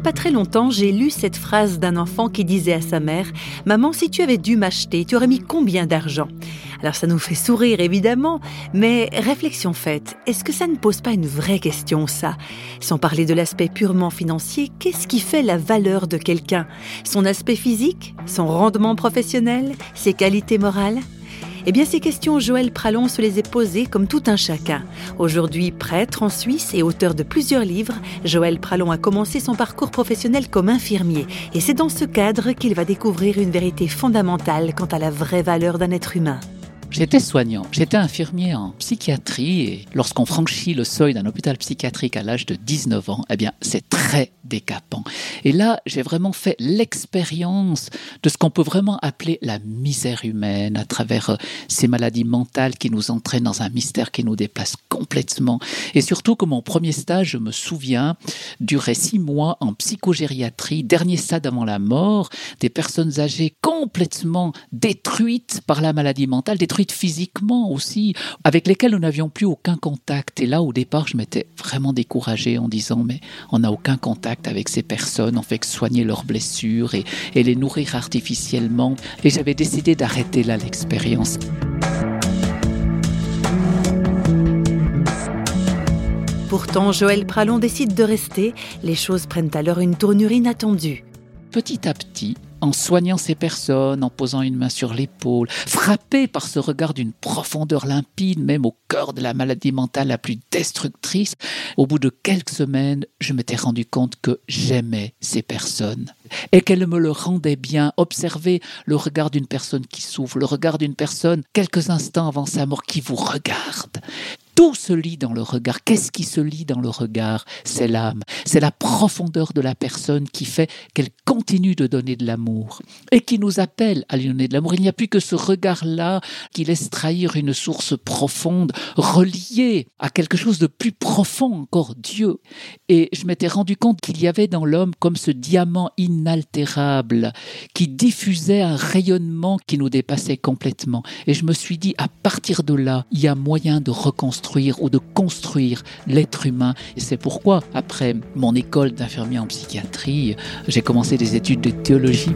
pas très longtemps, j'ai lu cette phrase d'un enfant qui disait à sa mère « Maman, si tu avais dû m'acheter, tu aurais mis combien d'argent ?» Alors ça nous fait sourire évidemment, mais réflexion faite, est-ce que ça ne pose pas une vraie question ça ? Sans parler de l'aspect purement financier, qu'est-ce qui fait la valeur de quelqu'un ? Son aspect physique ? Son rendement professionnel ? Ses qualités morales ? Eh bien, ces questions, Joël Prallon se les est posées comme tout un chacun. Aujourd'hui prêtre en Suisse et auteur de plusieurs livres, Joël Prallon a commencé son parcours professionnel comme infirmier. Et c'est dans ce cadre qu'il va découvrir une vérité fondamentale quant à la vraie valeur d'un être humain. J'étais soignant, j'étais infirmier en psychiatrie et lorsqu'on franchit le seuil d'un hôpital psychiatrique à l'âge de 19 ans, eh bien c'est très décapant. Et là, j'ai vraiment fait l'expérience de ce qu'on peut vraiment appeler la misère humaine à travers ces maladies mentales qui nous entraînent dans un mystère qui nous dépasse complètement. Et surtout que mon premier stage, je me souviens, durait 6 mois en psychogériatrie, dernier stade avant la mort, des personnes âgées complètement détruites par la maladie mentale, détruites physiquement aussi, avec lesquelles nous n'avions plus aucun contact. Et là, au départ, je m'étais vraiment découragé en disant, mais on n'a aucun contact avec ces personnes, on fait que soigner leurs blessures et les nourrir artificiellement. Et j'avais décidé d'arrêter là l'expérience. Pourtant, Joël Prallon décide de rester. Les choses prennent alors une tournure inattendue. Petit à petit, en soignant ces personnes, en posant une main sur l'épaule, frappé par ce regard d'une profondeur limpide, même au cœur de la maladie mentale la plus destructrice, au bout de quelques semaines, je m'étais rendu compte que j'aimais ces personnes et qu'elles me le rendaient bien. Observer le regard d'une personne qui souffre, le regard d'une personne quelques instants avant sa mort qui vous regarde. Tout se lit dans le regard. Qu'est-ce qui se lit dans le regard ? C'est l'âme. C'est la profondeur de la personne qui fait qu'elle continue de donner de l'amour et qui nous appelle à lui donner de l'amour. Il n'y a plus que ce regard-là qui laisse trahir une source profonde, reliée à quelque chose de plus profond encore, Dieu. Et je m'étais rendu compte qu'il y avait dans l'homme comme ce diamant inaltérable qui diffusait un rayonnement qui nous dépassait complètement. Et je me suis dit, à partir de là, il y a moyen de reconstruire ou de construire l'être humain. Et c'est pourquoi, après mon école d'infirmier en psychiatrie, j'ai commencé des études de théologie.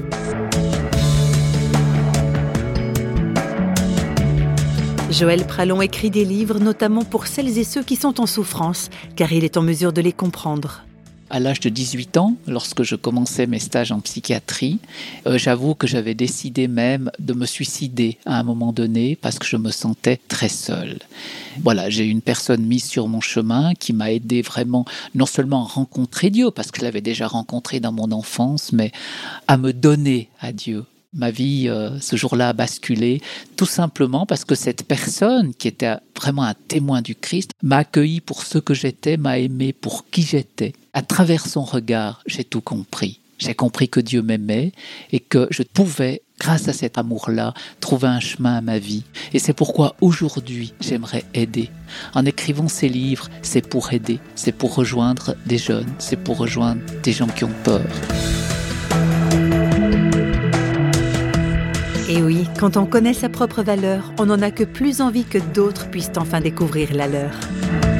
Joël Prallon écrit des livres, notamment pour celles et ceux qui sont en souffrance, car il est en mesure de les comprendre. À l'âge de 18 ans, lorsque je commençais mes stages en psychiatrie, j'avoue que j'avais décidé même de me suicider à un moment donné parce que je me sentais très seul. Voilà, j'ai une personne mise sur mon chemin qui m'a aidé vraiment non seulement à rencontrer Dieu, parce que je l'avais déjà rencontré dans mon enfance, mais à me donner à Dieu. Ma vie, ce jour-là, a basculé, tout simplement parce que cette personne, qui était vraiment un témoin du Christ, m'a accueilli pour ce que j'étais, m'a aimé pour qui j'étais. À travers son regard, j'ai tout compris. J'ai compris que Dieu m'aimait et que je pouvais, grâce à cet amour-là, trouver un chemin à ma vie. Et c'est pourquoi aujourd'hui, j'aimerais aider. En écrivant ces livres, c'est pour aider, c'est pour rejoindre des jeunes, c'est pour rejoindre des gens qui ont peur. Et oui, quand on connaît sa propre valeur, on n'en a que plus envie que d'autres puissent enfin découvrir la leur.